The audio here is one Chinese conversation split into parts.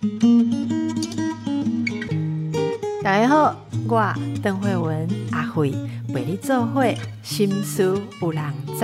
大家好，我邓惠文阿惠陪你做伙心事有人知。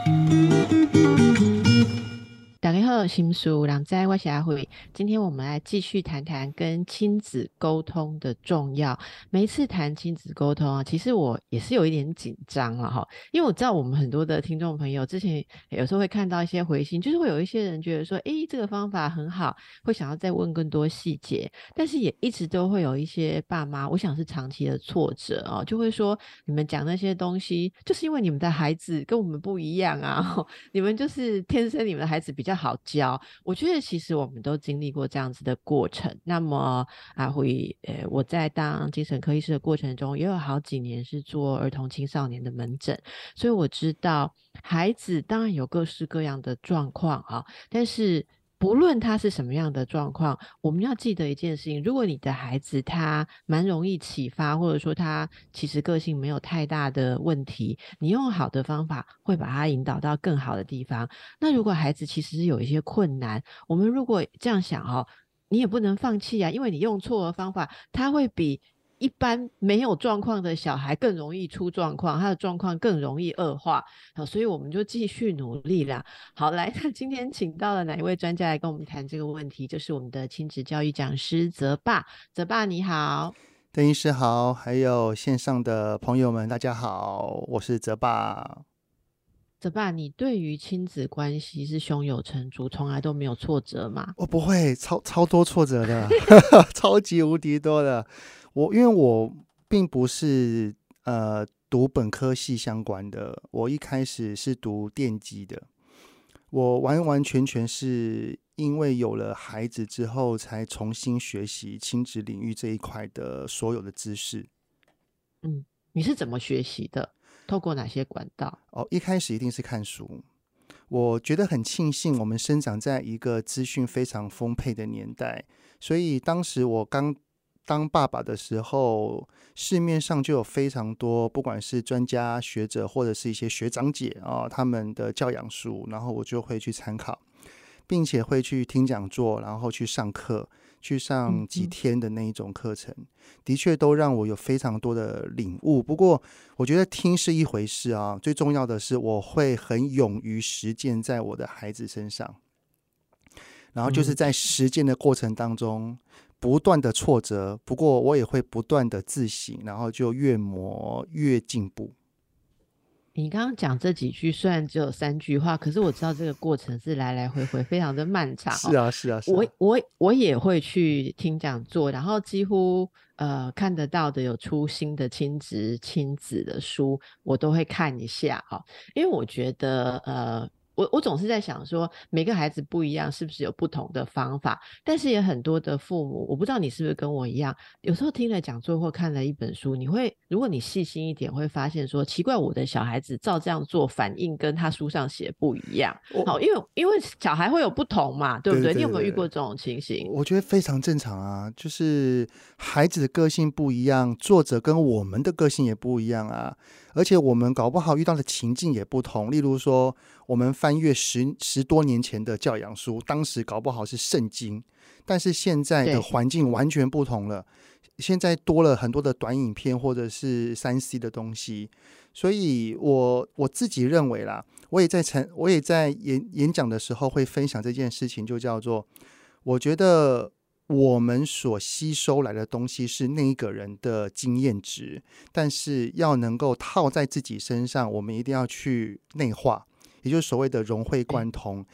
大家好，心事有人知，我是阿惠。今天我们来继续谈谈跟亲子沟通的重要。每一次谈亲子沟通啊，其实我也是有一点紧张了哈，因为我知道我们很多的听众朋友之前有时候会看到一些回信，就是会有一些人觉得说，这个方法很好，会想要再问更多细节，但是也一直都会有一些爸妈，我想是长期的挫折哦，就会说你们讲那些东西，就是因为你们的孩子跟我们不一样啊，你们就是天生你们的孩子比较好教。我觉得其实我们都经历过这样子的过程。那么我在当精神科医师的过程中，也有好几年是做儿童青少年的门诊，所以我知道孩子当然有各式各样的状况啊，但是不论他是什么样的状况，我们要记得一件事情，如果你的孩子他蛮容易启发，或者说他其实个性没有太大的问题，你用好的方法会把他引导到更好的地方。那如果孩子其实是有一些困难，我们如果这样想你也不能放弃啊，因为你用错了方法，他会比一般没有状况的小孩更容易出状况，他的状况更容易恶化。好，所以我们就继续努力啦。好，来，那今天请到了哪一位专家来跟我们谈这个问题，就是我们的亲子教育讲师泽爸。泽爸你好。 邓医师好，还有线上的朋友们大家好，我是泽爸。 泽爸，你对于亲子关系是胸有成竹，从来都没有挫折吗？ 我不会，超多挫折的超级无敌多的。因为我并不是读本科系相关的，我一开始是读电机的，我完完全全是因为有了孩子之后，才重新学习亲子领域这一块的所有的知识。 你是怎么学习的？透过哪些管道？ 一开始一定是看书。我觉得很庆幸我们生长在一个资讯非常丰沛的年代，所以当时我刚当爸爸的时候，市面上就有非常多不管是专家学者或者是一些学长姐他们的教养书，然后我就会去参考，并且会去听讲座，然后去上课，去上几天的那一种课程，的确都让我有非常多的领悟。不过我觉得听是一回事啊，最重要的是我会很勇于实践在我的孩子身上，然后就是在实践的过程当中不断的挫折，不过我也会不断的自省，然后就越磨越进步。 你刚刚讲这几句虽然只有3句话，可是我知道这个过程是来来回回非常的漫长是啊是啊是啊。 我也会去听讲座，然后几乎看得到的有出新的亲子的书，我都会看一下因为我觉得我总是在想说，每个孩子不一样，是不是有不同的方法？但是也很多的父母，我不知道你是不是跟我一样，有时候听了讲座或看了一本书，如果你细心一点，会发现说，奇怪，我的小孩子照这样做，反应跟他书上写不一样。好，因为小孩会有不同嘛，对不对？你有没有遇过这种情形？ 我觉得非常正常啊，就是孩子的个性不一样，作者跟我们的个性也不一样啊，而且我们搞不好遇到的情境也不同。例如说，我们翻阅十多年前的教养书，当时搞不好是圣经，但是现在的环境完全不同了，现在多了很多的短影片或者是3C 的东西，所以我自己认为啦，我也在演讲的时候会分享这件事情，就叫做我觉得我们所吸收来的东西是那一个人的经验值，但是要能够套在自己身上，我们一定要去内化，也就是所谓的融会贯通。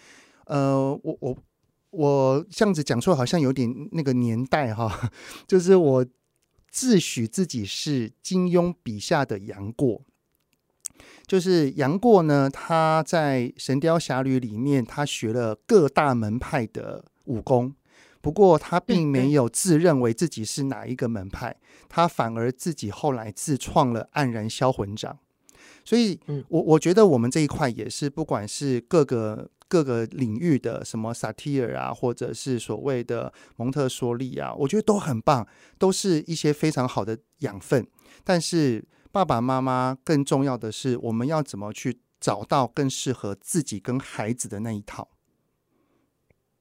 我这样子讲出来好像有点那个年代哈，就是我自诩自己是金庸笔下的杨过。就是杨过呢，他在《神雕侠侣》里面，他学了各大门派的武功，不过他并没有自认为自己是哪一个门派，他反而自己后来自创了黯然销魂掌。所以我觉得我们这一块也是，不管是各个领域的什么萨提尔啊，或者是所谓的蒙特梭利啊，我觉得都很棒，都是一些非常好的养分。但是爸爸妈妈更重要的是，我们要怎么去找到更适合自己跟孩子的那一套。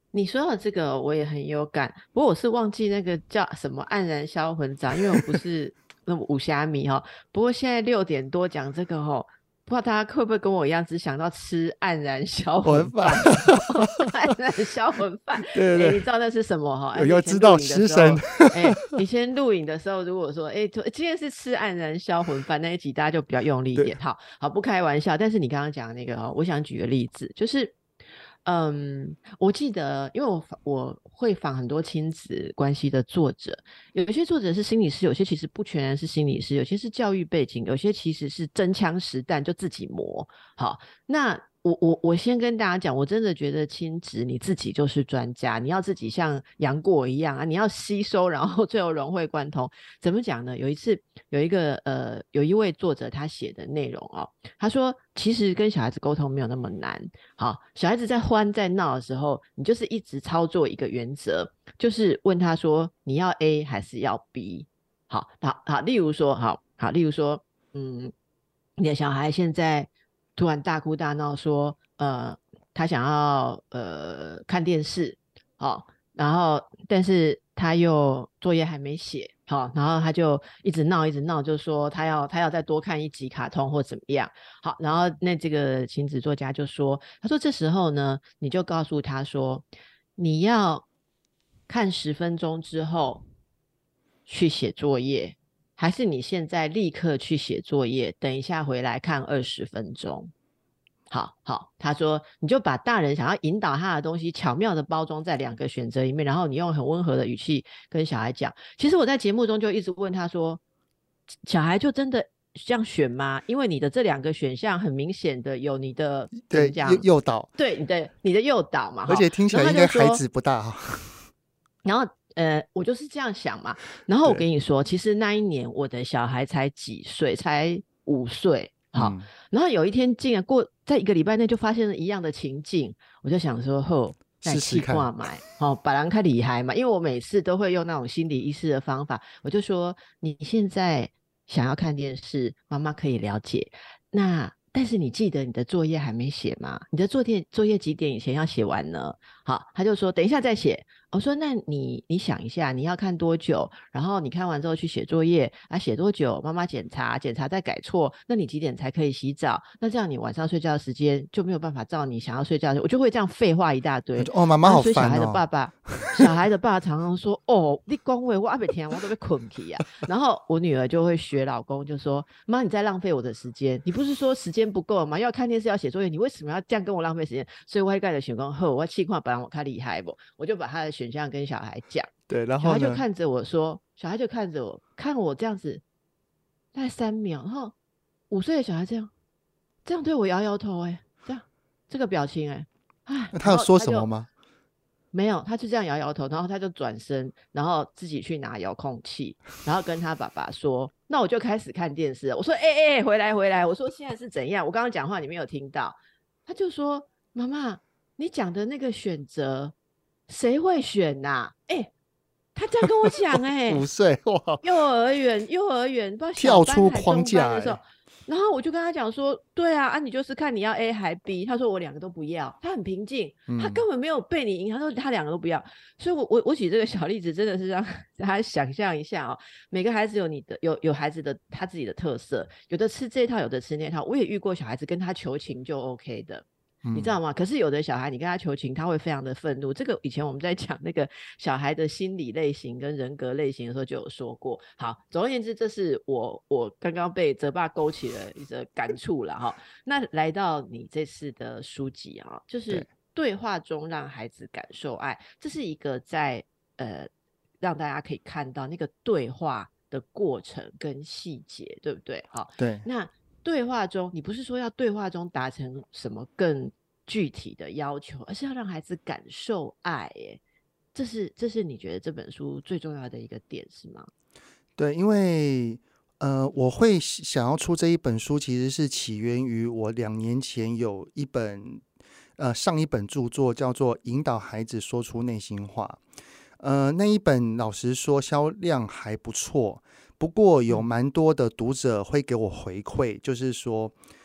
你说的这个我也很有感，不过我是忘记那个叫什么黯然销魂掌，因为我不是那么武侠迷哈。不过现在6点多讲这个哦，不知道大家会不会跟我一样，只想到吃黯然销我很烦。 魂饭，黯然销魂饭。哎， 对对对， 你知道那是什么哈？哎，你以前有知道录影的食神。 时候，哎，以前录影的时候，如果说哎，今天是吃黯然销魂饭那一集，大家就比较用力一对， 点。好好，不开玩笑。但是你刚刚讲的那个哦，我想举个例子，就是。我记得，因为我会访很多亲子关系的作者，有一些作者是心理师，有些其实不全然是心理师，有些是教育背景，有些其实是真枪实弹就自己磨。好，那我先跟大家讲，我真的觉得亲子你自己就是专家，你要自己像杨过一样啊，你要吸收，然后最后融会贯通。怎么讲呢？有一次有一位作者他写的内容哦，他说其实跟小孩子沟通没有那么难。好，小孩子在欢在闹的时候，你就是一直操作一个原则，就是问他说你要 A 还是要 B。好，例如说，例如说，你的小孩现在突然大哭大闹说，他想要看电视。好，然后但是他又作业还没写。好，然后他就一直闹一直闹，就说他要再多看一集卡通或怎么样。好，然后那这个亲子作家就说，他说这时候呢，你就告诉他说，你要看10分钟之后去写作业，还是你现在立刻去写作业，等一下回来看20分钟。好，他说你就把大人想要引导他的东西巧妙的包装在2个选择里面，然后你用很温和的语气跟小孩讲。其实我在节目中就一直问他说，小孩就真的这样选吗？因为你的这2个选项很明显的有你的怎么对， 讲？ 诱导， 对你的诱导嘛，哈。 而且听起然后来应该孩他就说， 子不大哈。 然后我就是这样想嘛。然后我跟对， 你说，其实那一年我的小孩才几岁，才5岁。好， 嗯， 然后有一天竟然在1个礼拜内就发现了一样的情境，我就想说，后来气试试看。 挂买，好，把人看厉害嘛。因为我每次都会用那种心理医师的方法，我就说你现在想要看电视，妈妈可以了解。那但是你记得你的作业还没写吗？你的作业几点以前要写完呢？好，他就说等一下再写。我说那你想一下，你要看多久？然后你看完之后去写作业啊，写多久？妈妈检查再改错，那你几点才可以洗澡？那这样你晚上睡觉的时间就没有办法照你想要睡觉的，我就会这样废话一大堆。 他就哦，妈妈然后好所以小孩的烦哦。 爸爸，小孩的爸爸常常说：“哦，你讲话我还没听，我都被困起啊。”然后我女儿就会学老公，就说：“妈，你在浪费我的时间。你不是说时间不够吗？要看电视，要写作业，你为什么要这样跟我浪费时间？”所以我会盖着选工后，我气况本来我看厉害不，我就把他的选项跟小孩讲。 对，然小后呢？ 孩就看着我说，小孩就看着我，看我这样子，大概3秒，然后5岁的小孩这样对我摇摇头、欸，这个表情、欸，哎，然那他有后他就说什么吗？ 没有，他就这样摇摇头，然后他就转身，然后自己去拿遥控器，然后跟他爸爸说：“那我就开始看电视了。”我说：“哎、欸、哎，回来回来！”我说：“现在是怎样？我刚刚讲话你没有听到？”他就说：“妈妈，你讲的那个选择，谁会选呐、啊？”哎，他这样跟我讲、欸， 五岁哇， 幼儿园，不知道小跳出班还框架中班的时候， 哎。 然后我就跟他讲说，对啊，你就是看你要 A 还 B。他说我2个都不要，他很平静，他嗯， 根本没有被你影响，他说他2个都不要。所以我举这个小例子，真的是让他想象一下哦，每个孩子有孩子的他自己的特色，有的吃这套，有的吃那套。我也遇过小孩子跟他求情就 OK 的。你知道吗？可是有的小孩，你跟他求情，他会非常的愤怒。这个以前我们在讲那个小孩的心理类型跟人格类型的时候就有说过。好，总而言之，这是我刚刚被泽爸勾起了一个感触了哈。那来到你这次的书籍啊，就是对对话中让孩子感受爱，这是一个在让大家可以看到那个对话的过程跟细节，对不对？好， 对。 那对话中，你不是说要对话中达成什么更具体的要求，而是要让孩子感受爱。耶，这是你觉得这本书最重要的一个点是吗？ 对，因为我会想要出这一本书，其实是起源于我2年前有上一本著作叫做《引导孩子说出内心话》。那一本老实说销量还不错，不过有嗯蛮多的读者会给我回馈，就是说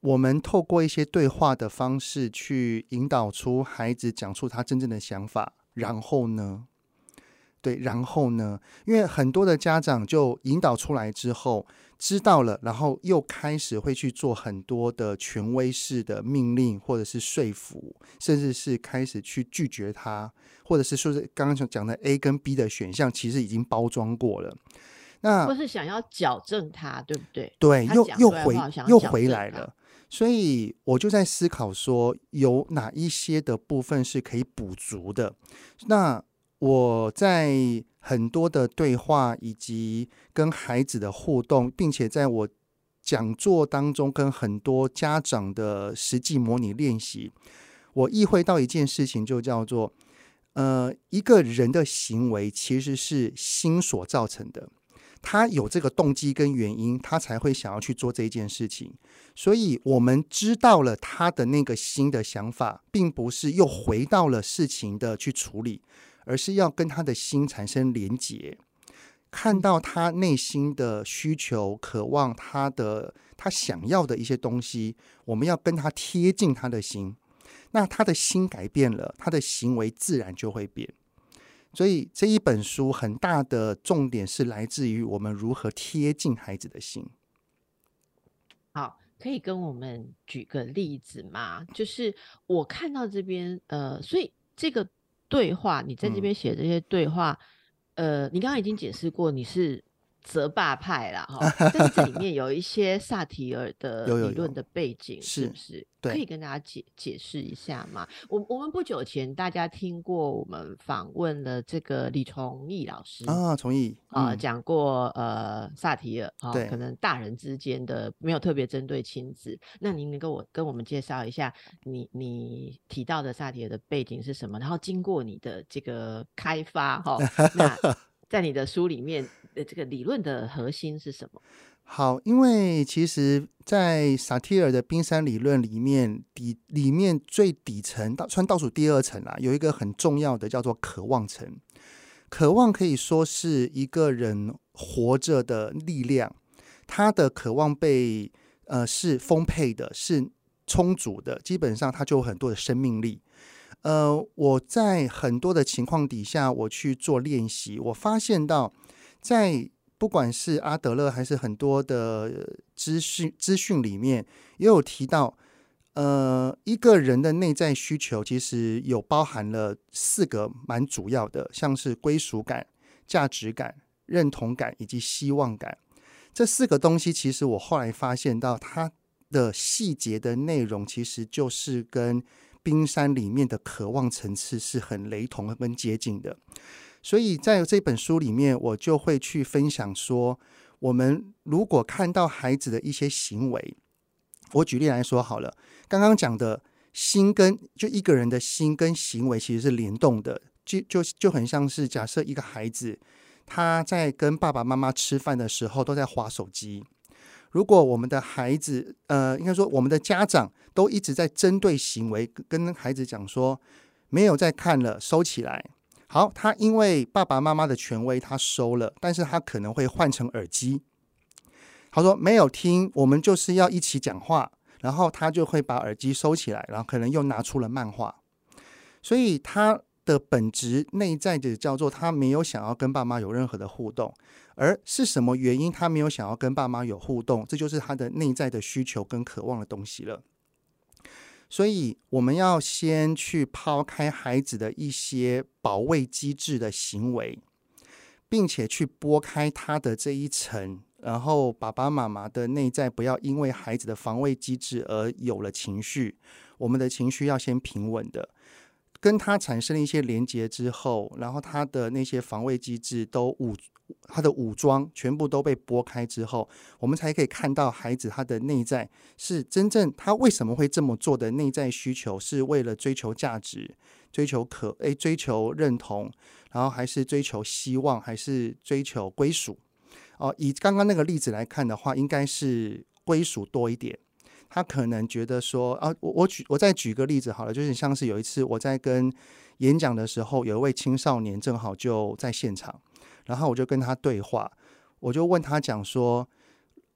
我们透过一些对话的方式去引导出孩子讲出他真正的想法，然后呢？对，然后呢？因为很多的家长就引导出来之后，知道了，然后又开始会去做很多的权威式的命令，或者是说服，甚至是开始去拒绝他，或者是说是刚刚讲的 A 跟 B 的选项，其实已经包装过了。那或是想要矫正他，对不对？ 对， 他讲出来的话想要矫回正他。 来了。所以我就在思考说，有哪一些的部分是可以补足的。那我在很多的对话以及跟孩子的互动，并且在我讲座当中跟很多家长的实际模拟练习，我意会到一件事情，就叫做一个人的行为其实是心所造成的。他有这个动机跟原因，他才会想要去做这一件事情。所以我们知道了他的那个新的想法，并不是又回到了事情的去处理，而是要跟他的心产生连结，看到他内心的需求、渴望，他想要的一些东西，我们要跟他贴近他的心。那他的心改变了，他的行为自然就会变。所以这一本书很大的重点是来自于我们如何贴近孩子的心。 好，可以跟我们举个例子吗？就是我看到这边，所以这个对话，你在这边写这些对话，你刚刚已经解释过你是责霸派啦，但是这里面有一些萨提尔的理论的背景，是不是？可以跟大家解释一下吗？我们不久前大家听过我们访问了这个李崇义老师崇义讲过萨提尔可能大人之间的没有特别针对亲子。那您能跟我们介绍一下你提到的萨提尔的背景是什么？然后经过你的这个开发那在你的书里面这个理论的核心是什么？ 好，因为其实在萨提尔的冰山理论里面，里面最底层算倒数第二层啦，有一个很重要的叫做渴望层。渴望可以说是一个人活着的力量，他的渴望是丰沛的，是充足的，基本上他就有很多的生命力。我在很多的情况底下我去做练习，我发现到在不管是阿德勒还是很多的资讯里面也有提到，一个人的内在需求其实有包含了4个蛮主要的，像是归属感、价值感、认同感以及希望感。这4个东西其实我后来发现到它的细节的内容其实就是跟冰山里面的渴望层次是很雷同跟接近的。所以在这本书里面我就会去分享说，我们如果看到孩子的一些行为，我举例来说好了，刚刚讲的心就一个人的心跟行为其实是联动的，就很像是假设一个孩子他在跟爸爸妈妈吃饭的时候都在滑手机，如果我们的孩子应该说我们的家长都一直在针对行为跟孩子讲说没有再看了，收起来。好，他因为爸爸妈妈的权威他收了，但是他可能会换成耳机，他说没有听，我们就是要一起讲话，然后他就会把耳机收起来，然后可能又拿出了漫画。所以他的本质内在的叫做他没有想要跟爸妈有任何的互动，而是什么原因他没有想要跟爸妈有互动，这就是他的内在的需求跟渴望的东西了。所以我们要先去抛开孩子的一些保卫机制的行为，并且去拨开他的这一层，然后爸爸妈妈的内在不要因为孩子的防卫机制而有了情绪，我们的情绪要先平稳的，跟他产生了一些连结之后，然后他的那些防卫机制他的武装全部都被拨开之后，我们才可以看到孩子他的内在是真正他为什么会这么做的内在需求，是为了追求价值、追求认同，然后还是追求希望，还是追求归属。以刚刚那个例子来看的话，应该是归属多一点。他可能觉得说我再举个例子好了，就是像是有一次我在跟演讲的时候，有一位青少年正好就在现场，然后我就跟他对话，我就问他讲说，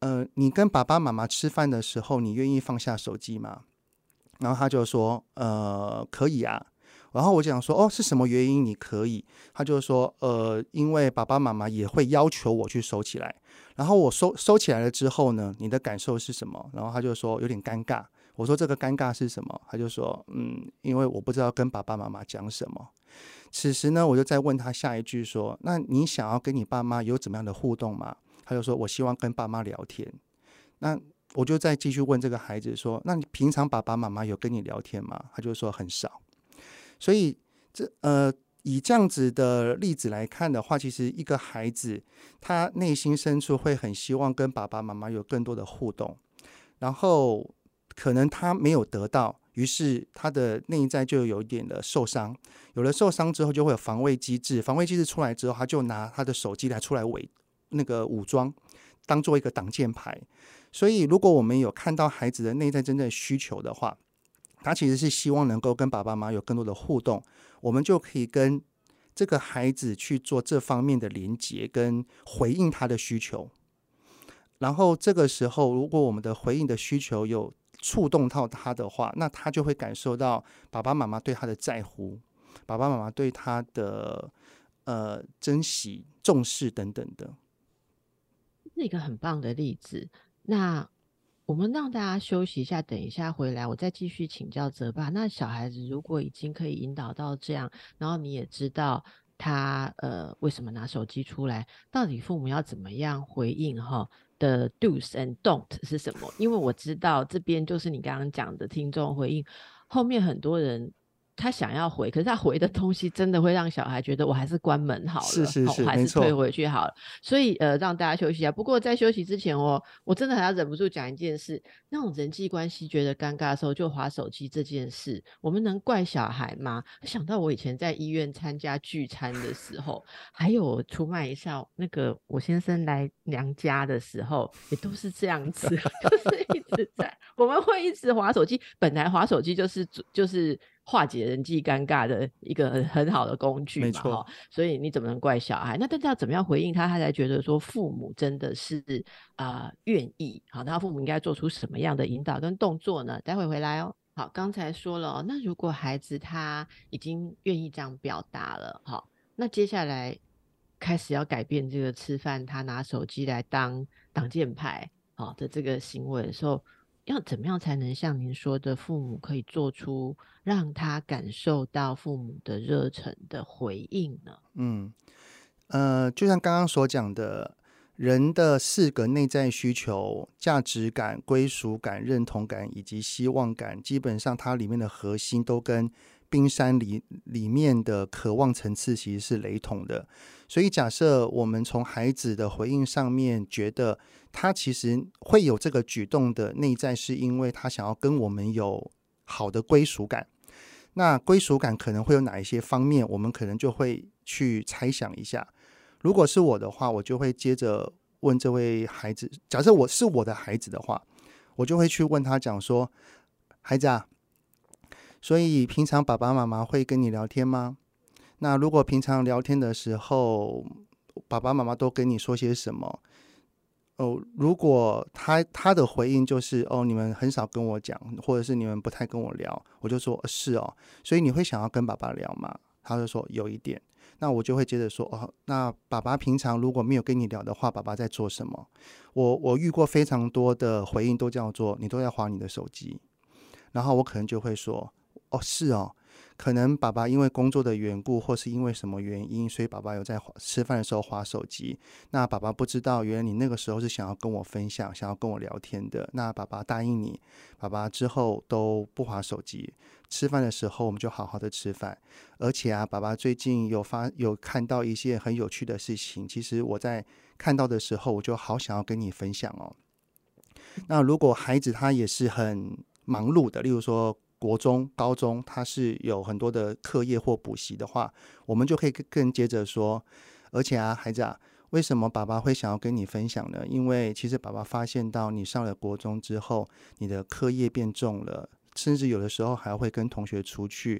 你跟爸爸妈妈吃饭的时候，你愿意放下手机吗？然后他就说，可以啊。然后我讲说，哦，是什么原因你可以？他就说，因为爸爸妈妈也会要求我去收起来。然后我收起来了之后呢，你的感受是什么？然后他就说有点尴尬。我说这个尴尬是什么？他就说，因为我不知道跟爸爸妈妈讲什么。此时呢，我就再问他下一句说，那你想要跟你爸妈有怎么样的互动吗？他就说我希望跟爸妈聊天。那我就再继续问这个孩子说，那你平常爸爸妈妈有跟你聊天吗？他就说很少。所以以这样子的例子来看的话，其实一个孩子他内心深处会很希望跟爸爸妈妈有更多的互动，然后可能他没有得到，于是他的内在就有一点的受伤，有了受伤之后就会有防卫机制，防卫机制出来之后，他就拿他的手机来出来武装，当做一个挡箭牌。所以如果我们有看到孩子的内在真正的需求的话，他其实是希望能够跟爸爸妈妈有更多的互动，我们就可以跟这个孩子去做这方面的连结跟回应他的需求。然后这个时候如果我们的回应的需求有触动到他的话，那他就会感受到爸爸妈妈对他的在乎，爸爸妈妈对他的珍惜重视等等的。 是一个很棒的例子。那我们让大家休息一下，等一下回来我再继续请教泽爸。那小孩子如果已经可以引导到这样，然后你也知道他为什么拿手机出来，到底父母要怎么样回应的 do's and don't 是什么？因为我知道这边就是你刚刚讲的听众回应，后面很多人他想要回，可是他回的东西真的会让小孩觉得我还是关门好了，我是是是， 还是退没错。 回去好了。所以让大家休息一下。不过在休息之前我真的还要忍不住讲一件事，那种人际关系觉得尴尬的时候就滑手机这件事，我们能怪小孩吗？想到我以前在医院参加聚餐的时候，还有出卖一下那个我先生来娘家的时候，也都是这样子，就是一直在我们会一直滑手机。本来滑手机就是化解人际尴尬的一个很好的工具嘛， 没错。 所以你怎么能怪小孩？那但是要怎么样回应他，他才觉得说父母真的是愿意好，那父母应该做出什么样的引导跟动作呢？待会回来哦。好，刚才说了那如果孩子他已经愿意这样表达了，好，那接下来开始要改变这个吃饭他拿手机来当挡箭牌好的这个行为的时候，要怎么样才能像您说的，父母可以做出让他感受到父母的热忱的回应呢？ 就像刚刚所讲的，人的4个内在需求：价值感、归属感、认同感以及希望感，基本上它里面的核心都跟冰山里面的渴望层次其实是雷同的。所以假设我们从孩子的回应上面觉得他其实会有这个举动的内在，是因为他想要跟我们有好的归属感。那归属感可能会有哪一些方面，我们可能就会去猜想一下。如果是我的话，我就会接着问这位孩子，假设我是我的孩子的话，我就会去问他讲说，孩子啊，所以平常爸爸妈妈会跟你聊天吗？那如果平常聊天的时候，爸爸妈妈都跟你说些什么？如果他的回应就是你们很少跟我讲，或者是你们不太跟我聊，我就说是哦，所以你会想要跟爸爸聊吗？他就说有一点。那我就会接着说那爸爸平常如果没有跟你聊的话，爸爸在做什么？我遇过非常多的回应都叫做你都在滑你的手机，然后我可能就会说是哦，可能爸爸因为工作的缘故，或是因为什么原因，所以爸爸有在吃饭的时候滑手机。那爸爸不知道，原来你那个时候是想要跟我分享，想要跟我聊天的。那爸爸答应你，爸爸之后都不滑手机，吃饭的时候我们就好好的吃饭。而且爸爸最近有看到一些很有趣的事情，其实我在看到的时候，我就好想要跟你分享哦。那如果孩子他也是很忙碌的，例如说国中、高中，他是有很多的课业或补习的话，我们就可以更接着说，而且孩子为什么爸爸会想要跟你分享呢？因为其实爸爸发现到你上了国中之后，你的课业变重了，甚至有的时候还会跟同学出去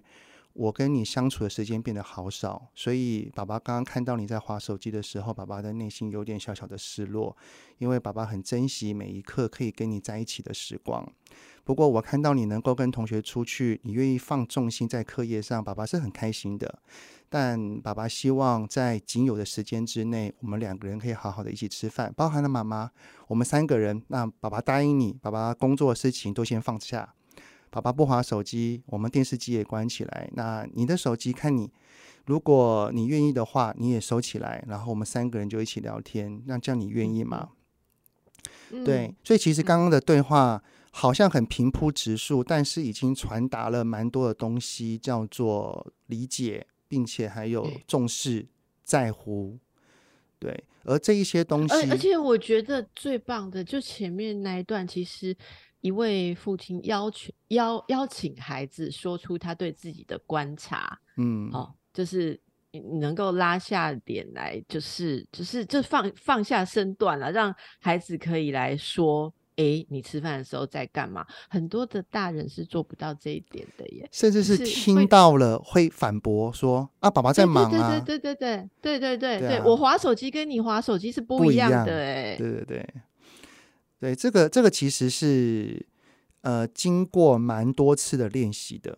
我跟你相处的时间变得好少，所以爸爸刚刚看到你在滑手机的时候，爸爸的内心有点小小的失落，因为爸爸很珍惜每一刻可以跟你在一起的时光。不过我看到你能够跟同学出去，你愿意放重心在课业上，爸爸是很开心的。但爸爸希望在仅有的时间之内，我们2个人可以好好的一起吃饭，包含了妈妈，我们3个人。那爸爸答应你，爸爸工作的事情都先放下，爸爸不滑手机，我们电视机也关起来。那你的手机看你，如果你愿意的话，你也收起来，然后我们3个人就一起聊天。那这样你愿意吗？对，所以其实刚刚的对话好像很平铺直述，但是已经传达了蛮多的东西，叫做理解，并且还有重视、在乎。对，而这一些东西， 而且我觉得最棒的就前面那一段，其实一位父亲邀请孩子说出他对自己的观察，就是你能够拉下脸来，就放下身段了，让孩子可以来说。你吃饭的时候在干嘛？很多的大人是做不到这一点的耶， 甚至是听到了会反驳说啊，爸爸在忙啊。 对，我滑手机跟你滑手机是不一样的哎。 对，这个其实是经过蛮多次的练习的。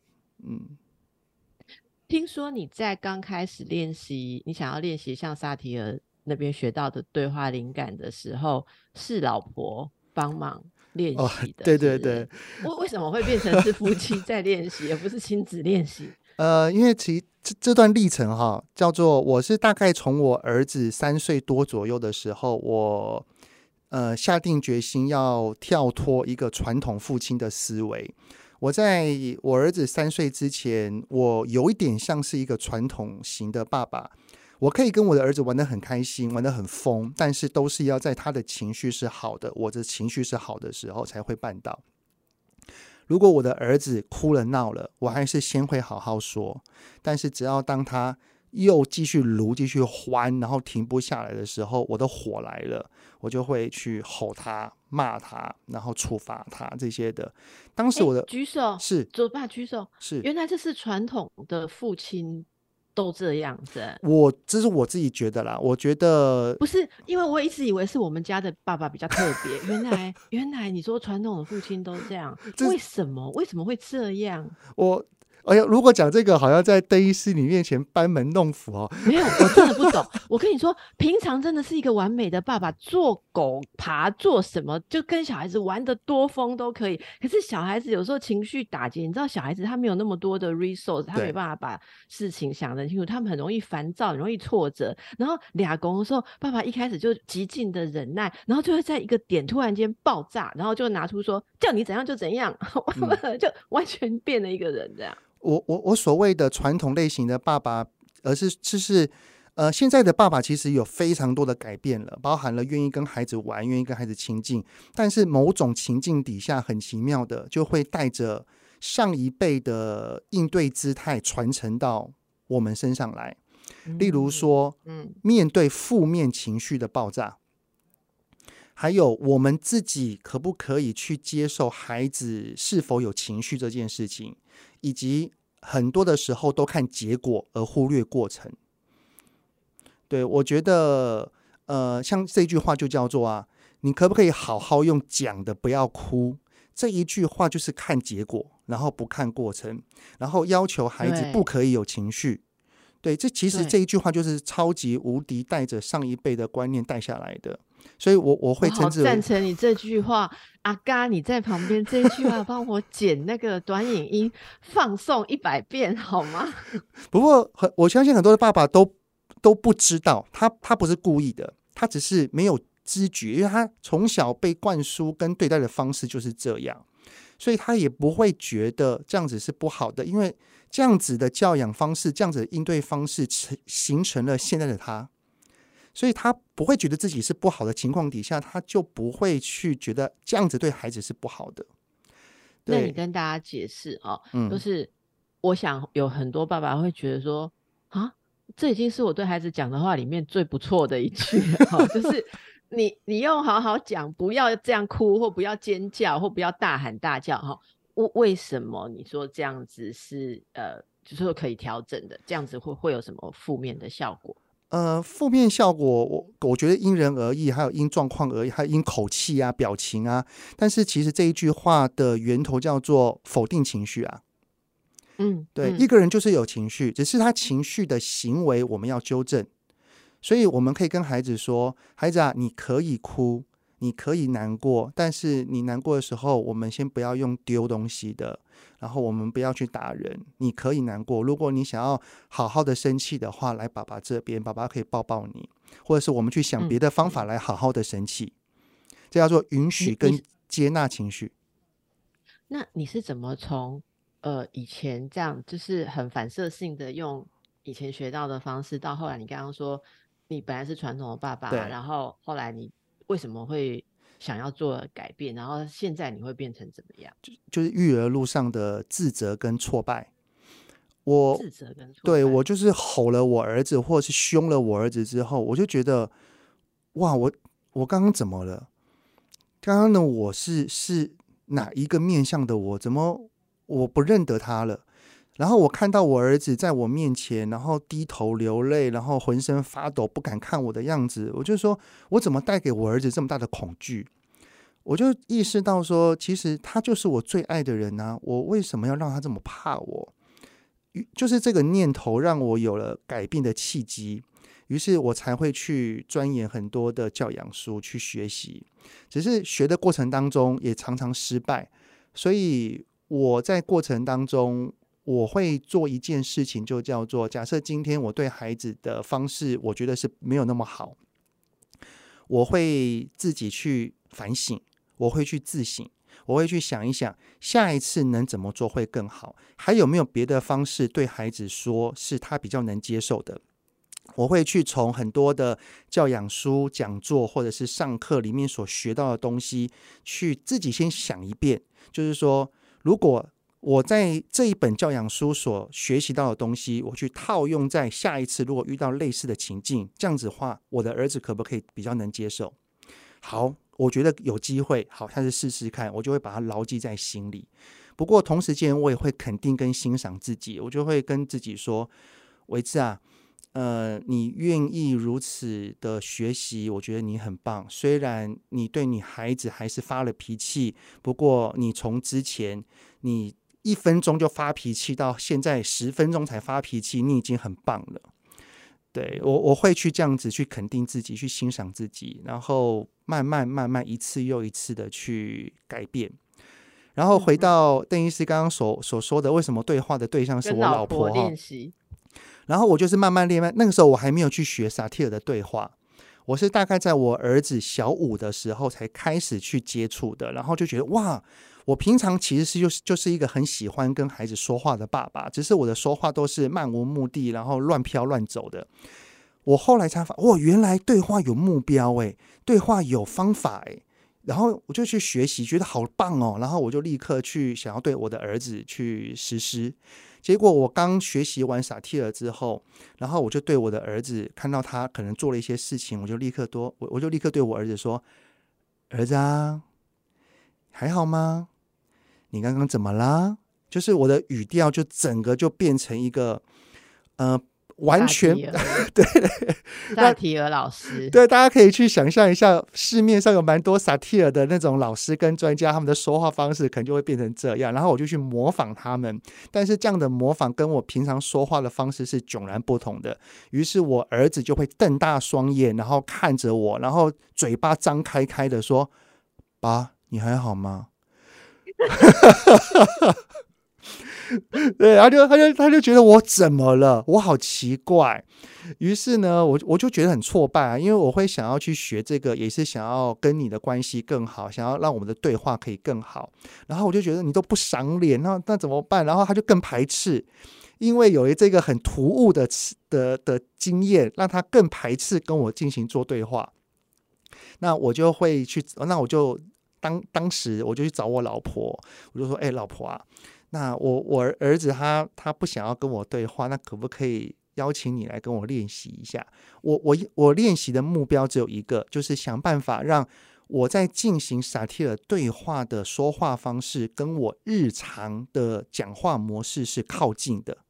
听说你在刚开始练习，你想要练习像萨提尔那边学到的对话灵感的时候，是老婆帮忙练习的， 对， 为什么会变成是夫妻在练习，而不是亲子练习？ 因为其实这段历程哈，叫做我是大概从我儿子3岁多左右的时候，我下定决心要跳脱一个传统父亲的思维。我在我儿子3岁之前，我有一点像是一个传统型的爸爸。我可以跟我的儿子玩得很开心，玩得很疯，但是都是要在他的情绪是好的，我的情绪是好的时候才会办到。如果我的儿子哭了闹了，我还是先会好好说，但是只要当他又继续撸继续欢，然后停不下来的时候，我的火来了，我就会去吼他骂他，然后处罚他这些的。当时我的举手是左爸举手， 是原来这是传统的父亲都这样子。 这是我自己觉得啦，我觉得不是，因为我一直以为是我们家的爸爸比较特别。原来你说传统的父亲都这样，为什么会这样？ 如果讲这个，好像在邓医师你面前班门弄斧哦。 没有，我真的不懂。我跟你说，平常真的是一个完美的爸爸，做狗爬做什么，就跟小孩子玩得多疯都可以。可是小孩子有时候情绪打结，你知道，小孩子他没有那么多的 resource， 他没办法把事情想得清楚，他们很容易烦躁，很容易挫折。然后俩公的时候，爸爸一开始就极尽的忍耐，然后就会在一个点突然间爆炸，然后就拿出说叫你怎样就怎样，就完全变了一个人这样。 我所谓的传统类型的爸爸，现在的爸爸其实有非常多的改变了，包含了愿意跟孩子玩，愿意跟孩子亲近，但是某种情境底下很奇妙的，就会带着上一辈的应对姿态传承到我们身上来。例如说，面对负面情绪的爆炸，还有我们自己可不可以去接受孩子是否有情绪这件事情，以及很多的时候都看结果而忽略过程。对，我觉得像这句话就叫做你可不可以好好用讲的不要哭，这一句话就是看结果，然后不看过程，然后要求孩子不可以有情绪。对，其实这一句话就是超级无敌带着上一辈的观念带下来的，所以我会称之为， 我好赞成你这句话。阿嘎你在旁边这一句话帮我剪那个短影音放送100遍好吗？ 不过我相信很多的爸爸都不知道，他不是故意的，他只是没有知觉，因为他从小被灌输跟对待的方式就是这样，所以他也不会觉得这样子是不好的，因为这样子的教养方式，这样子的应对方式形成了现在的他，所以他不会觉得自己是不好的情况底下，他就不会去觉得这样子对孩子是不好的。 那你跟大家解释就是我想有很多爸爸会觉得说这已经是我对孩子讲的话里面最不错的一句了就是你用好好讲，不要这样哭，或不要尖叫，或不要大喊大叫为什么你说这样子是就是可以调整的，这样子会有什么负面的效果？ 负面效果我觉得因人而异，还有因状况而异，还有因口气啊、表情啊。但是其实这一句话的源头叫做否定情绪啊。对，一个人就是有情绪，只是他情绪的行为我们要纠正。所以我们可以跟孩子说，孩子啊，你可以哭，你可以难过，但是你难过的时候，我们先不要用丢东西的，然后我们不要去打人。你可以难过，如果你想要好好的生气的话，来爸爸这边，爸爸可以抱抱你，或者是我们去想别的方法来好好的生气。这叫做允许跟接纳情绪。 那你是怎么从以前这样就是很反射性的用以前学到的方式，到后来你刚刚说你本来是传统的爸爸，然后后来你为什么会想要做改变，然后现在你会变成怎么样？ 就是育儿路上的自责跟挫败。 自责跟挫败， 对，我就是吼了我儿子，或者是凶了我儿子之后，我就觉得哇，我刚刚怎么了？刚刚的我是哪一个面向的我？怎么我不认得他了？然后我看到我儿子在我面前，然后低头流泪，然后浑身发抖，不敢看我的样子，我就说，我怎么带给我儿子这么大的恐惧？我就意识到说，其实他就是我最爱的人啊，我为什么要让他这么怕我？就是这个念头让我有了改变的契机，于是我才会去钻研很多的教养书去学习，只是学的过程当中也常常失败，所以我在过程当中我会做一件事情，就叫做假设今天我对孩子的方式我觉得是没有那么好，我会自己去反省，我会去自省，我会去想一想下一次能怎么做会更好，还有没有别的方式对孩子说是他比较能接受的。我会去从很多的教养书、讲座或者是上课里面所学到的东西去自己先想一遍，就是说如果我在这一本教养书所学习到的东西我去套用在下一次如果遇到类似的情境，这样子的话我的儿子可不可以比较能接受。好，我觉得有机会，好，下次试试看，我就会把它牢记在心里。不过同时间我也会肯定跟欣赏自己，我就会跟自己说，维志啊，你愿意如此的学习，我觉得你很棒。虽然你对你孩子还是发了脾气，不过你从之前你1分钟就发脾气到现在10分钟才发脾气，你已经很棒了。对，我会去这样子去肯定自己，去欣赏自己，然后慢慢一次又一次的去改变。然后回到邓医师刚刚所说的，为什么对话的对象是我老婆练习， 然后我就是慢慢练，那个时候我还没有去学萨提尔的对话，我是大概在我儿子小5的时候才开始去接触的，然后就觉得哇，我平常其实就是一个很喜欢跟孩子说话的爸爸，只是我的说话都是漫无目的，然后乱飘乱走的。我后来才发现，原来对话有目标欸，对话有方法欸，然后我就去学习，觉得好棒哦，然后我就立刻去想要对我的儿子去实施。结果我刚学习完萨提尔之后，然后我就对我的儿子，看到他可能做了一些事情，我就立刻对我儿子说，儿子啊，还好吗？你刚刚怎么啦？就是我的语调就整个就变成一个完全对萨提尔老师， 对，大家可以去想象一下，市面上有蛮多萨提尔的那种老师跟专家，他们的说话方式可能就会变成这样，然后我就去模仿他们，但是这样的模仿跟我平常说话的方式是迥然不同的。于是我儿子就会瞪大双眼，然后看着我，然后嘴巴张开的说，爸，你还好吗？对，他就觉得我怎么了，我好奇怪。于是呢，我就觉得很挫败啊，因为我会想要去学这个，也是想要跟你的关系更好，想要让我们的对话可以更好。然后我就觉得你都不赏脸，那怎么办？然后他就更排斥，因为有这个很突兀的经验，让他更排斥跟我进行做对话。那我就会去，那我就当时我就去找我老婆，我就说，老婆啊，那我儿子他不想要跟我对话，那可不可以邀请你来跟我练习一下？我练习的目标只有一个，就是想办法让我在进行萨提尔对话的说话方式跟我日常的讲话模式是靠近的。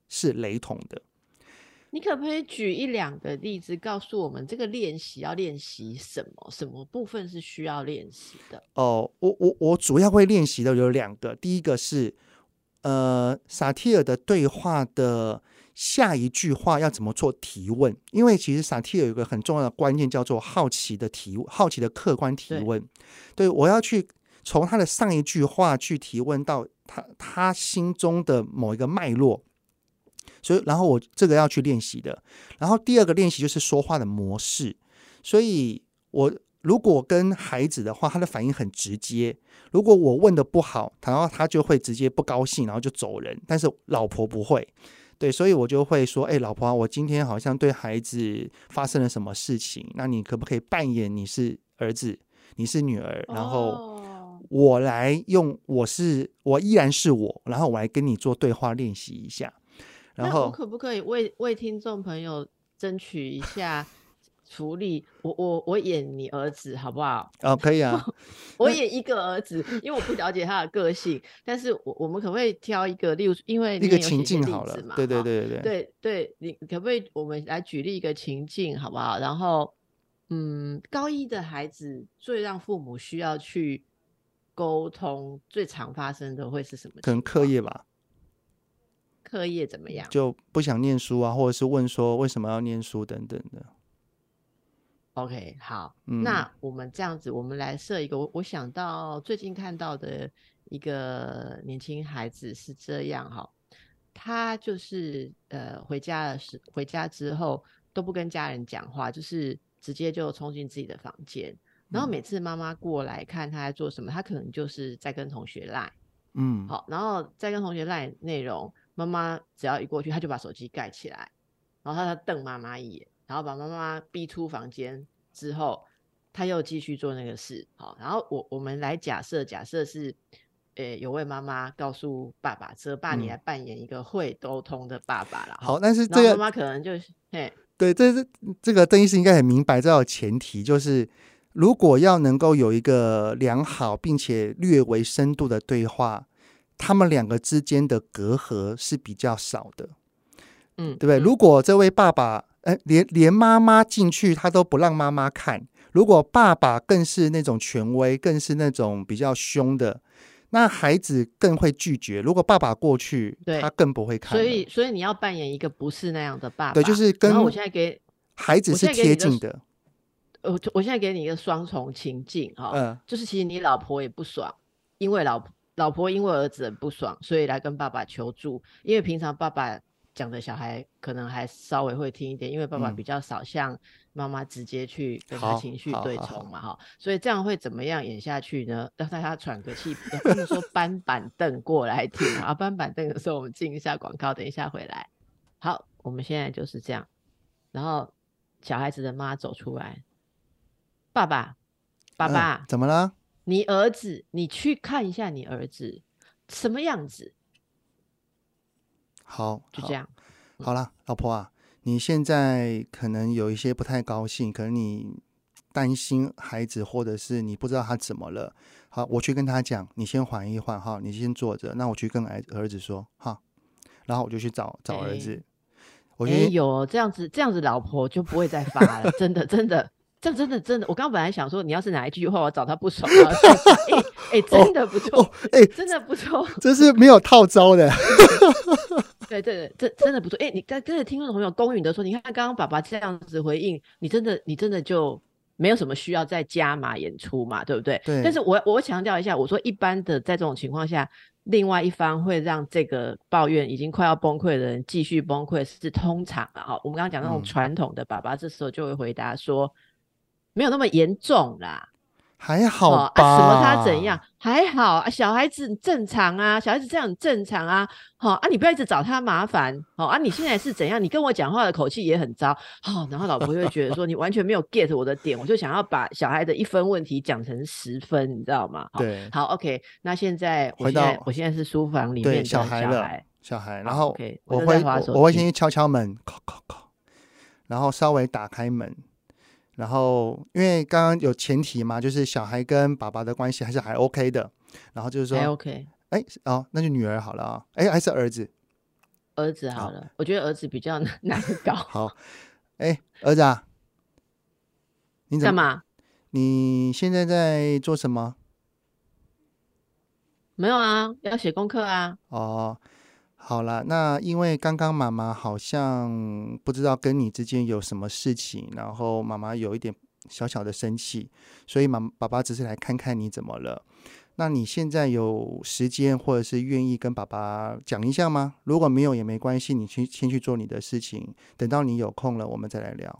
是雷同的。 你可不可以举一两个例子，告诉我们这个练习要练习什么？什么部分是需要练习的？ 我主要会练习的有2个，第一个是萨提尔的对话的下一句话要怎么做提问，因为其实萨提尔有一个很重要的观念叫做好奇的客观提问。对，我要去从他的上一句话去提问到他心中的某一个脉络，所以然后我这个要去练习的。然后第二个练习就是说话的模式，所以我如果跟孩子的话，他的反应很直接，如果我问的不好，然后他就会直接不高兴，然后就走人，但是老婆不会。对，所以我就会说，老婆，我今天好像对孩子发生了什么事情，那你可不可以扮演你是儿子，你是女儿，然后我来用我依然是我，然后我来跟你做对话练习一下。然后那我可不可以为听众朋友争取一下福利？我演你儿子好不好？ 可以啊。 我演一个儿子，因为我不了解他的个性，但是我们可不可以挑一个，例如，因为你也有写一些例子嘛，对，你可不可以我们来举例一个情境好不好？然后，高一的孩子最让父母需要去沟通，最常发生的会是什么情况？ 可能课业吧。 课业怎么样？ 就不想念书啊，或者是问说为什么要念书等等的。 OK， 好，那我们这样子，我们来设一个，我想到最近看到的一个年轻孩子是这样哈，他就是回家之后都不跟家人讲话，就是直接就冲进自己的房间，然后每次妈妈过来看他在做什么，他可能就是在跟同学赖，好，然后在跟同学赖内容，妈妈只要一过去，他就把手机盖起来，然后他瞪妈妈一眼，然后把妈妈逼出房间之后，他又继续做那个事。好，然后我们来假设是，有位妈妈告诉爸爸，说爸，你来扮演一个会沟通的爸爸了。 好，但是这个妈妈可能就是对，这个邓医师应该很明白，这有前提就是，如果要能够有一个良好并且略为深度的对话，他们2个之间的隔阂是比较少的，对不对？如果这位爸爸连妈妈进去他都不让妈妈看，如果爸爸更是那种权威，更是那种比较凶的，那孩子更会拒绝。如果爸爸过去，他更不会看。 所以你要扮演一个不是那样的爸爸， 对，就是跟然后我现在给孩子是贴近的。 我现在给你一个双重情境就是其实你老婆也不爽，因为老婆因为儿子很不爽，所以来跟爸爸求助。因为平常爸爸讲的小孩可能还稍微会听一点，因为爸爸比较少像妈妈直接去跟他情绪对冲嘛所以这样会怎么样演下去呢？让大家喘个气，不能说搬板凳过来听搬板凳的时候我们进一下广告，等一下回来。好，我们现在就是这样，然后小孩子的妈走出来，爸爸， 怎么了？ 你儿子，你去看一下你儿子什么样子。 好， 就这样。 好了，老婆啊，你现在可能有一些不太高兴，可能你担心孩子，或者是你不知道他怎么了。好，我去跟他讲，你先缓一缓哈，你先坐着。那我去跟儿子说哈，然后我就去找儿子。 有这样子，老婆就不会再发了，真的。这真的，我刚本来想说，你要是哪一句话我找他不爽，真的不错，真的不错， 这是没有套招的。 对，这真的不错。你跟着听众朋友公允的说，你看刚刚爸爸这样子回应，你真的就没有什么需要再加码演出嘛，对不对？ 对。 但是我强调一下，我说一般的在这种情况下，另外一方会让这个抱怨已经快要崩溃的人继续崩溃，是通常我们刚刚讲那种传统的爸爸，这时候就会回答说，没有那么严重啦， 还好吧， 什么他怎样还好小孩子正常啊，小孩子这样很正常啊，你不要一直找他麻烦你现在是怎样，你跟我讲话的口气也很糟然后老婆就会觉得说你完全没有 get 我的点，我就想要把小孩的1分问题讲成10分，你知道吗？ 对， 好 OK， 那现在我现在是书房里面的小孩， 然后 okay， 我会先去敲敲门，然后稍微打开门，然后因为刚刚有前提嘛，就是小孩跟爸爸的关系还 OK 的，然后就是说还 OK， 那就女儿好了还是儿子？ 儿子好了，我觉得儿子比较难搞。 好，儿子啊，你怎么？ 干嘛？ 你现在在做什么？ 没有啊，要写功课啊。 哦，好啦，那因为刚刚妈妈好像不知道跟你之间有什么事情，然后妈妈有一点小小的生气，所以爸爸只是来看看你怎么了。那你现在有时间或者是愿意跟爸爸讲一下吗？如果没有也没关系，你先去做你的事情，等到你有空了，我们再来聊。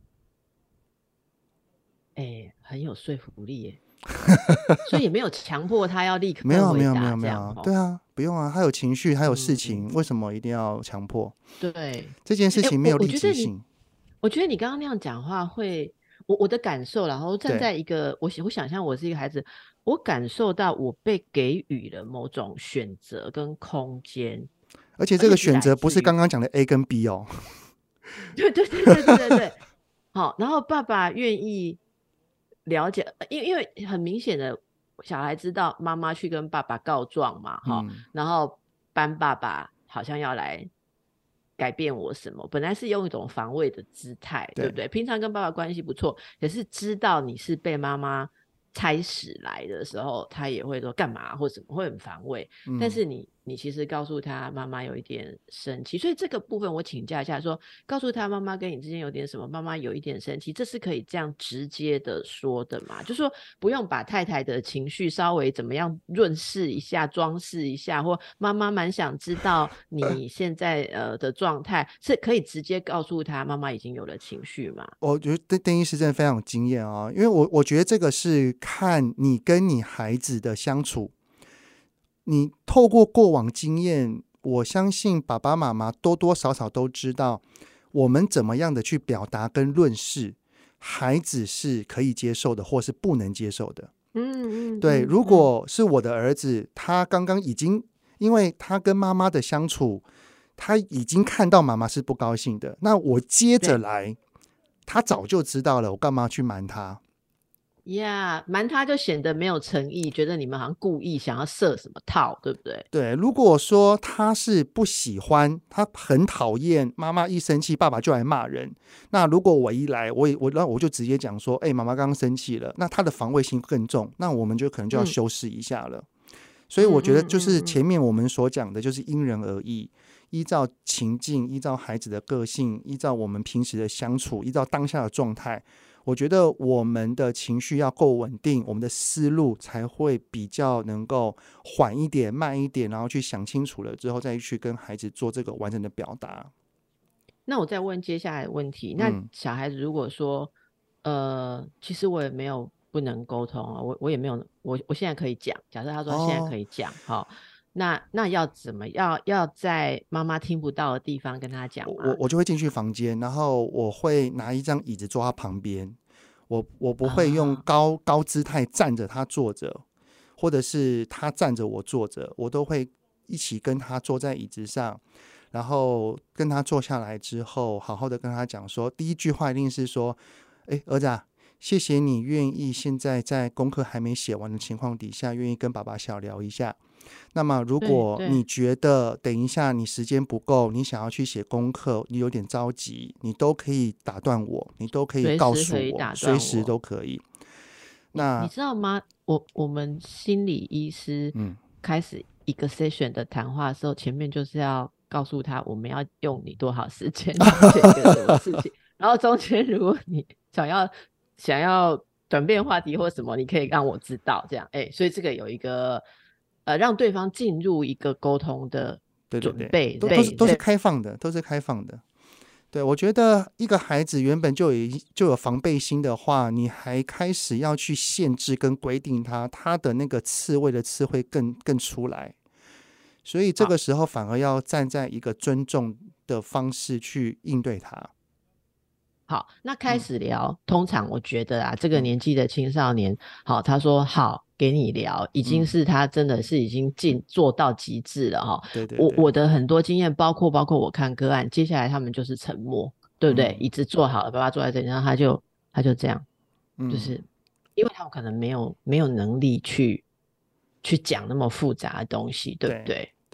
很有说服力耶。所以也没有强迫他要立没有啊，没有，没刻回答有，没有啊， 这样哦。 对啊，不用啊，他有情绪，他有事情， 嗯， 为什么一定要强迫？ 对。 这件事情没我有立我觉得你， 即性。 我觉得你刚刚那样讲话会，我的感受，然后站对， 在一个我想象我是一个孩子，我感受到我被给予了某种选择跟空间， 而且而且是这个选择不来自于， 是刚刚讲的 A 跟 B 哦。 对对对对对对对。好，然后爸爸愿意了解，因为很明显的，小孩知道妈妈去跟爸爸告状嘛，哈， 嗯， 然后班爸爸好像要来改变我什么，本来是用一种防卫的姿态，对对， 不对？平常跟爸爸关系不错，可是知道你是被妈妈差使来的时候，他也会说干嘛或什么，会很防卫。但嗯。 是你其实告诉他妈妈有一点生气，所以这个部分我请教一下说，告诉他妈妈跟你之间有点什么，妈妈有一点生气，这是可以这样直接的说的嘛？就说不用把太太的情绪稍微怎么样润饰一下、装饰一下，或妈妈蛮想知道你现在的状态，是可以直接告诉他妈妈已经有了情绪嘛？ 我觉得邓医师真的非常有经验啊，因为我觉得这个是看你跟你孩子的相处，你透过过往经验，我相信爸爸妈妈多多少少都知道，我们怎么样的去表达跟论事，孩子是可以接受的，或是不能接受的。 嗯嗯对，如嗯嗯， 果是我的儿子，他刚刚已经，因为他跟妈妈的相处，他已经看到妈妈是不高兴的，那我接着对。 来，他早就知道了，我干嘛去瞒他？ 呀，瞒他就显得没有诚意，觉得你们好像故意想要设什么套，对不对？ 对，如果说他是不喜欢，他很讨厌妈妈一生气，爸爸就来骂人。那如果我一来，我就直接讲说，妈妈刚刚生气了，那他的防卫心更重，那我们就可能就要嗯修饰一下了。所以我觉得嗯嗯就是嗯嗯， 前面我们所讲的，就是因人而异，依照情境，依照孩子的个性，依照我们平时的相处，依照当下的状态，我觉得我们的情绪要够稳定，我们的思路才会比较能够缓一点、慢一点，然后去想清楚了之后，再去跟孩子做这个完整的表达。 那我再问接下来的问题，那嗯， 小孩子如果说，其实我也没有不能沟通啊，我也没有，我现在可以讲，假设他说他现在可哦， 以讲，好，那要怎么要在妈妈听不到的地方跟他讲吗？ 我就会进去房间，然后我会拿一张椅子坐他旁边，我不会用啊， 高姿态站着他坐着，或者是他站着我坐着，我都会一起跟他坐在椅子上，然后跟他坐下来之后，好好的跟他讲说，第一句话一定是说，儿子啊，谢谢你愿意现在在功课还没写完的情况底下，愿意跟爸爸小聊一下。那么，如果你对对， 觉得等一下你时间不够，你想要去写功课，你有点着急，你都可以打断我，你都可以随告时可以诉我， 打断我。 随时都可以。 你那知道吗？我们心理医师嗯， 开始一个 session 的谈话的时候，前面就是要告诉他我们要用你多少时间了解一个什么事情，然后中间如果你想要转变话题或什么，你可以让我知道，这样，所以这个有一个让对方进入一个沟通的对对对， 准备， 都是开放的，都是开放的。对，我觉得一个孩子原本就有防备心的话，你还开始要去限制跟规定他，他的那个刺猬的刺会更出来。所以这好。 个时候反而要站在一个尊重的方式去应对他。 好，那开嗯始聊。通常我觉得啊，这个嗯年纪的青少年，好，他说好给你聊，已经嗯， 是他真的是已经做到极致了哈。 对对对， 我的很多经验，包括我看个案，接下来他们就是沉默，对不对？ 嗯椅子坐好了，爸爸坐在这里，然后他就这样，就嗯， 是因为他们可能没有能力去讲那么复杂的东西，对不对对？ 对。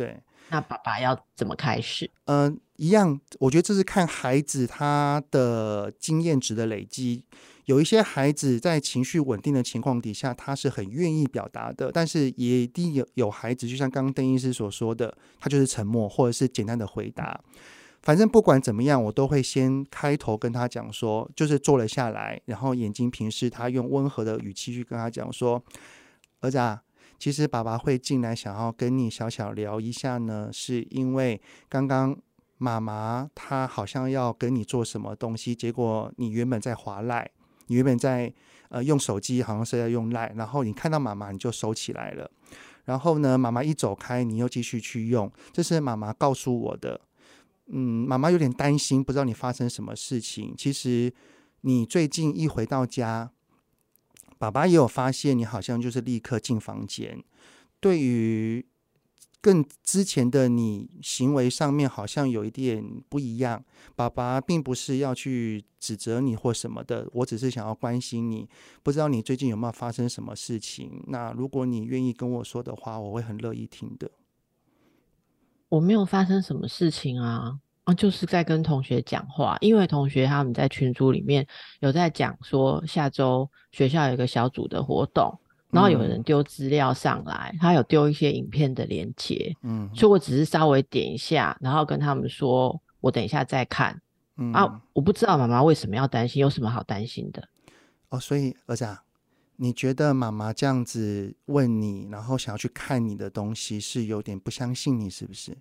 那爸爸要怎么开始？ 一样，我觉得这是看孩子他的经验值的累积。有一些孩子在情绪稳定的情况底下，他是很愿意表达的，但是也一定有孩子，就像刚刚邓医师所说的，他就是沉默或者是简单的回答。反正不管怎么样，我都会先开头跟他讲说，就是坐了下来，然后眼睛平视他，用温和的语气去跟他讲说，儿子啊，其实爸爸会进来想要跟你小小聊一下呢，是因为刚刚妈妈她好像要跟你做什么东西，结果你原本在滑赖，你原本在用手机，好像是在用赖，然后你看到妈妈你就收起来了，然后呢妈妈一走开，你又继续去用，这是妈妈告诉我的。妈妈有点担心，不知道你发生什么事情。其实你最近一回到家，爸爸也有发现你好像就是立刻进房间，对于更之前的你行为上面好像有一点不一样。爸爸并不是要去指责你或什么的，我只是想要关心你，不知道你最近有没有发生什么事情。那如果你愿意跟我说的话，我会很乐意听的。 我没有发生什么事情啊，就是在跟同学讲话，因为同学他们在群组里面有在讲说下周学校有一个小组的活动，然后有人丢资料上来，他有丢一些影片的连结，所以我只是稍微点一下，然后跟他们说我等一下再看。我不知道妈妈为什么要担心，有什么好担心的？ 所以儿子啊，你觉得妈妈这样子问你，然后想要去看你的东西，是有点不相信你，是不是？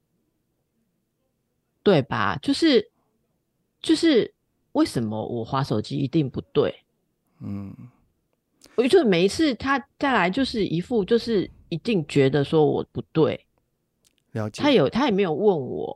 对吧？就是为什么我滑手机一定不对？我就每一次他再来就是一副就是一定觉得说我不对， 了解。 他也没有问我。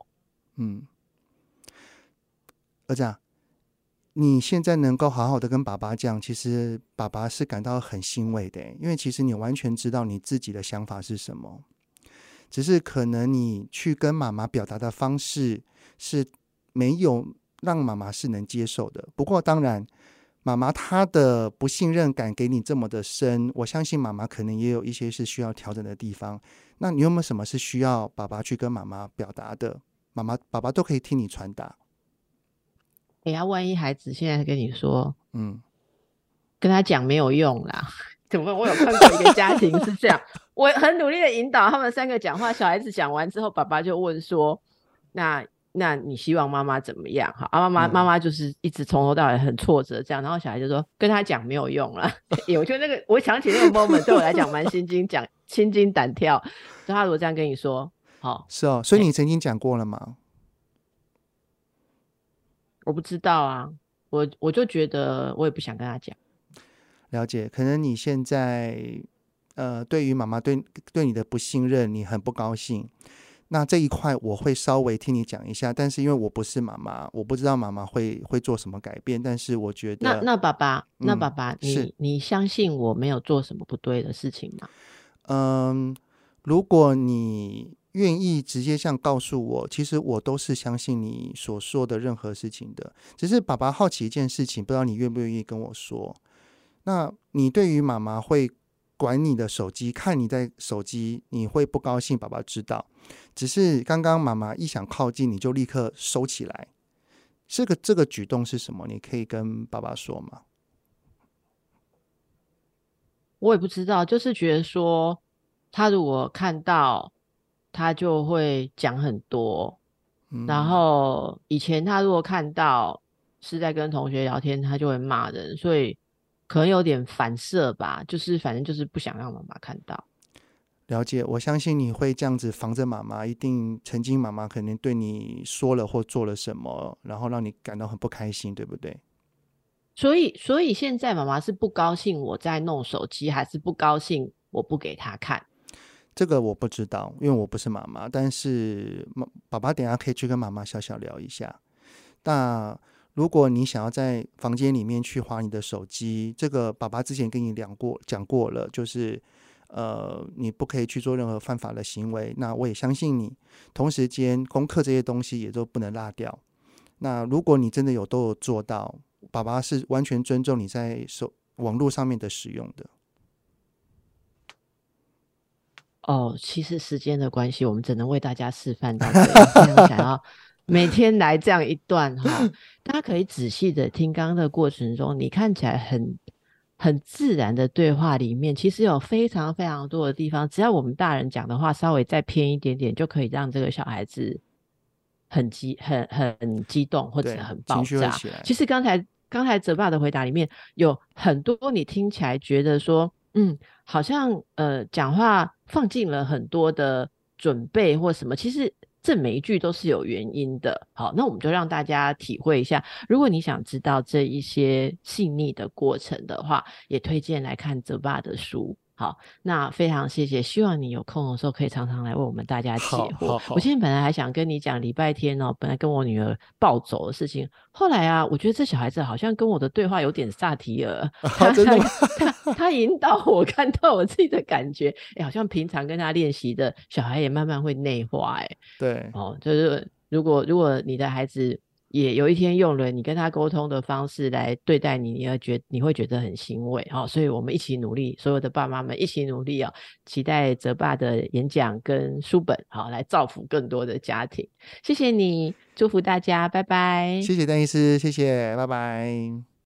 儿子啊，你现在能够好好的跟爸爸讲，其实爸爸是感到很欣慰的，因为其实你完全知道你自己的想法是什么，只是可能你去跟妈妈表达的方式是没有让妈妈是能接受的。不过当然，妈妈她的不信任感给你这么的深，我相信妈妈可能也有一些是需要调整的地方。那你有没有什么是需要爸爸去跟妈妈表达的？爸爸都可以替你传达。 哎呀，万一孩子现在跟你说，跟他讲没有用啦。怎么办？我有看过一个家庭是这样，我很努力的引导他们三个讲话，小孩子讲完之后，爸爸就问说：那你希望妈妈怎么样？好，妈妈就是一直从头到尾很挫折这样，然后小孩就说跟他讲没有用啦。我觉得那个，我想起那个 moment 对我来讲蛮心惊胆跳。所以他如果这样跟你说，好， 是哦，所以你曾经讲过了吗？ 我不知道啊，我就觉得我也不想跟他讲。 了解，可能你现在对于妈妈对你的不信任，你很不高兴。那这一块我会稍微听你讲一下，但是因为我不是妈妈，我不知道妈妈会做什么改变，但是我觉得， 那爸爸， 是， 你相信我没有做什么不对的事情吗？ 如果你愿意直接这样告诉我，其实我都是相信你所说的任何事情的。只是爸爸好奇一件事情，不知道你愿不愿意跟我说。那你对于妈妈会管你的手机，看你在手机，你会不高兴，爸爸知道。只是刚刚妈妈一想靠近，你就立刻收起来。这个举动是什么？你可以跟爸爸说吗？ 我也不知道，就是觉得说，他如果看到，他就会讲很多。然后以前他如果看到是在跟同学聊天，他就会骂人，所以可能有点反射吧，就是反正就是不想让妈妈看到。 了解，我相信你会这样子防着妈妈，一定曾经妈妈可能对你说了或做了什么，然后让你感到很不开心，对不对？ 所以现在妈妈是不高兴我在弄手机，还是不高兴我不给她看？ 这个我不知道，因为我不是妈妈，但是爸爸等一下可以去跟妈妈小小聊一下。那如果你想要在房间里面去划你的手机，这个爸爸之前跟你讲过了，就是你不可以去做任何犯法的行为。那我也相信你，同时间功课这些东西也都不能落掉。那如果你真的都有做到，爸爸是完全尊重你在网络上面的使用的。 哦，其实时间的关系，我们只能为大家示范到这样。非常想要每天来这样一段哈，大家可以仔细的听刚刚的过程中，你看起来很自然的对话里面，其实有非常非常多的地方，只要我们大人讲的话稍微再偏一点点，就可以让这个小孩子很激动或者对， 很情绪会爆炸。 起来。 其实刚才泽爸的回答里面有很多你听起来觉得说，好像讲话放进了很多的准备或什么，其实这每一句都是有原因的。好，那我们就让大家体会一下，如果你想知道这一些细腻的过程的话，也推荐来看泽爸的书。好，那非常谢谢，希望你有空的时候可以常常来为我们大家解好惑。我今好好。 天本来还想跟你讲礼拜天哦，本来跟我女儿暴走的事情，后来啊，我觉得这小孩子好像跟我的对话有点萨提尔， 啊， 他他真的吗？ 他引导我看到我自己的感觉，哎，好像平常跟他练习的小孩也慢慢会内化，哎， 对， 哦，就是如果你的孩子也有一天用了你跟他沟通的方式来对待你，你会觉得很欣慰哦。所以我们一起努力，所有的爸妈们一起努力哦，期待泽爸的演讲跟书本，好来造福更多的家庭。谢谢你，祝福大家，拜拜。 谢谢丹医师，谢谢，拜拜。